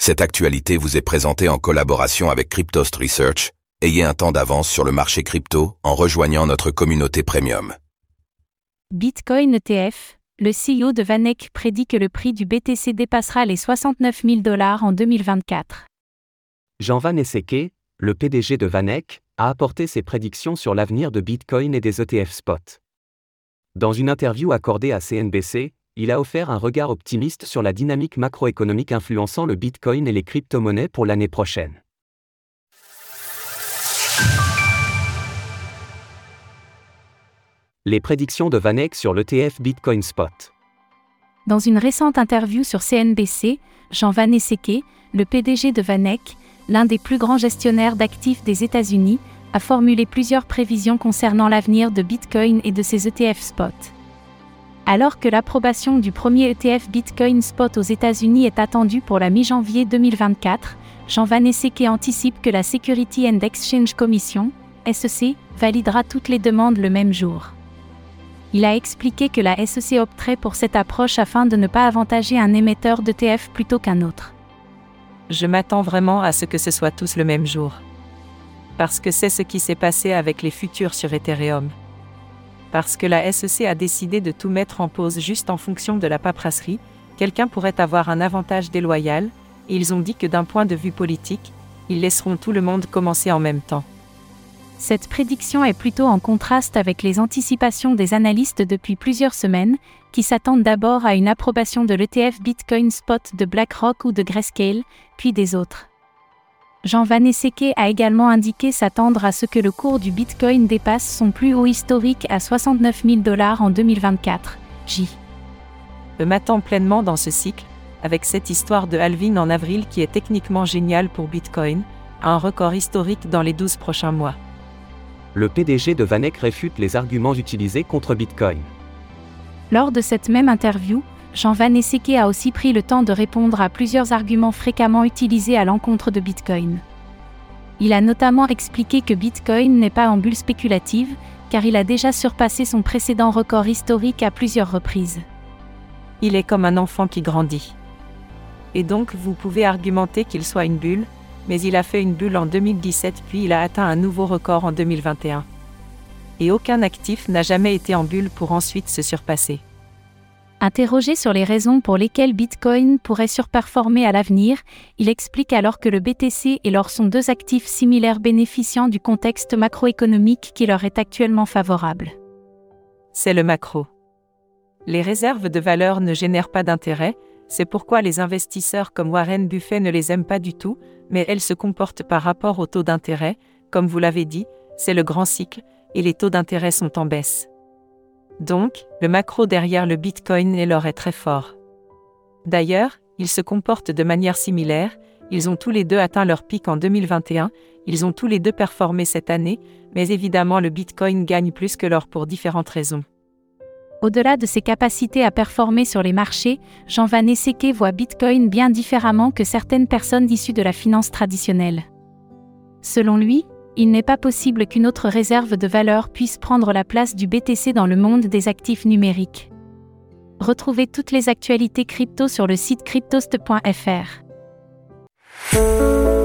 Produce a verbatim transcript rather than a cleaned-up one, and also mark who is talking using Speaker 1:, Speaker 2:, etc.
Speaker 1: Cette actualité vous est présentée en collaboration avec Cryptost Research. Ayez un temps d'avance sur le marché crypto en rejoignant notre communauté premium.
Speaker 2: Bitcoin E T F, le C E O de VanEck prédit que le prix du B T C dépassera les soixante-neuf mille dollars en deux mille vingt-quatre.
Speaker 3: Jean Van Esseke, le P D G de VanEck, a apporté ses prédictions sur l'avenir de Bitcoin et des E T F spot. Dans une interview accordée à C N B C, il a offert un regard optimiste sur la dynamique macroéconomique influençant le Bitcoin et les crypto-monnaies pour l'année prochaine. Les prédictions de VanEck sur l'E T F Bitcoin Spot.
Speaker 2: Dans une récente interview sur C N B C, Jean Van Esseke, le P D G de VanEck, l'un des plus grands gestionnaires d'actifs des États-Unis, a formulé plusieurs prévisions concernant l'avenir de Bitcoin et de ses E T F spot. Alors que l'approbation du premier E T F Bitcoin Spot aux États-Unis est attendue pour la mi-janvier deux mille vingt-quatre, Jean Van Esseke anticipe que la Security and Exchange Commission, S E C, validera toutes les demandes le même jour. Il a expliqué que la S E C opterait pour cette approche afin de ne pas avantager un émetteur d'E T F plutôt qu'un autre.
Speaker 4: Je m'attends vraiment à ce que ce soit tous le même jour. Parce que c'est ce qui s'est passé avec les futurs sur Ethereum. Parce que la S E C a décidé de tout mettre en pause juste en fonction de la paperasserie, quelqu'un pourrait avoir un avantage déloyal, et ils ont dit que d'un point de vue politique, ils laisseront tout le monde commencer en même temps.
Speaker 2: Cette prédiction est plutôt en contraste avec les anticipations des analystes depuis plusieurs semaines, qui s'attendent d'abord à une approbation de l'E T F Bitcoin Spot de BlackRock ou de Grayscale, puis des autres. Jean Van Esseke a également indiqué s'attendre à ce que le cours du Bitcoin dépasse son plus haut historique à soixante-neuf mille dollars en deux mille vingt-quatre. J.
Speaker 4: Je m'attends pleinement dans ce cycle, avec cette histoire de halving en avril qui est techniquement géniale pour Bitcoin, à un record historique dans les douze prochains mois.
Speaker 3: Le P D G de VanEck réfute les arguments utilisés contre Bitcoin.
Speaker 2: Lors de cette même interview, Jean Van Esseke a aussi pris le temps de répondre à plusieurs arguments fréquemment utilisés à l'encontre de Bitcoin. Il a notamment expliqué que Bitcoin n'est pas en bulle spéculative, car il a déjà surpassé son précédent record historique à plusieurs reprises.
Speaker 4: Il est comme un enfant qui grandit. Et donc vous pouvez argumenter qu'il soit une bulle, mais il a fait une bulle en deux mille dix-sept puis il a atteint un nouveau record en deux mille vingt et un. Et aucun actif n'a jamais été en bulle pour ensuite se surpasser.
Speaker 2: Interrogé sur les raisons pour lesquelles Bitcoin pourrait surperformer à l'avenir, il explique alors que le B T C et l'or sont deux actifs similaires bénéficiant du contexte macroéconomique qui leur est actuellement favorable.
Speaker 4: C'est le macro. Les réserves de valeur ne génèrent pas d'intérêt, c'est pourquoi les investisseurs comme Warren Buffett ne les aiment pas du tout, mais elles se comportent par rapport aux taux d'intérêt, comme vous l'avez dit, c'est le grand cycle, et les taux d'intérêt sont en baisse. Donc, le macro derrière le Bitcoin et l'or est très fort. D'ailleurs, ils se comportent de manière similaire, ils ont tous les deux atteint leur pic en deux mille vingt et un, ils ont tous les deux performé cette année, mais évidemment le Bitcoin gagne plus que l'or pour différentes raisons.
Speaker 2: Au-delà de ses capacités à performer sur les marchés, Jean Van Esseke voit Bitcoin bien différemment que certaines personnes issues de la finance traditionnelle. Selon lui, il n'est pas possible qu'une autre réserve de valeur puisse prendre la place du B T C dans le monde des actifs numériques. Retrouvez toutes les actualités crypto sur le site cryptost point f r.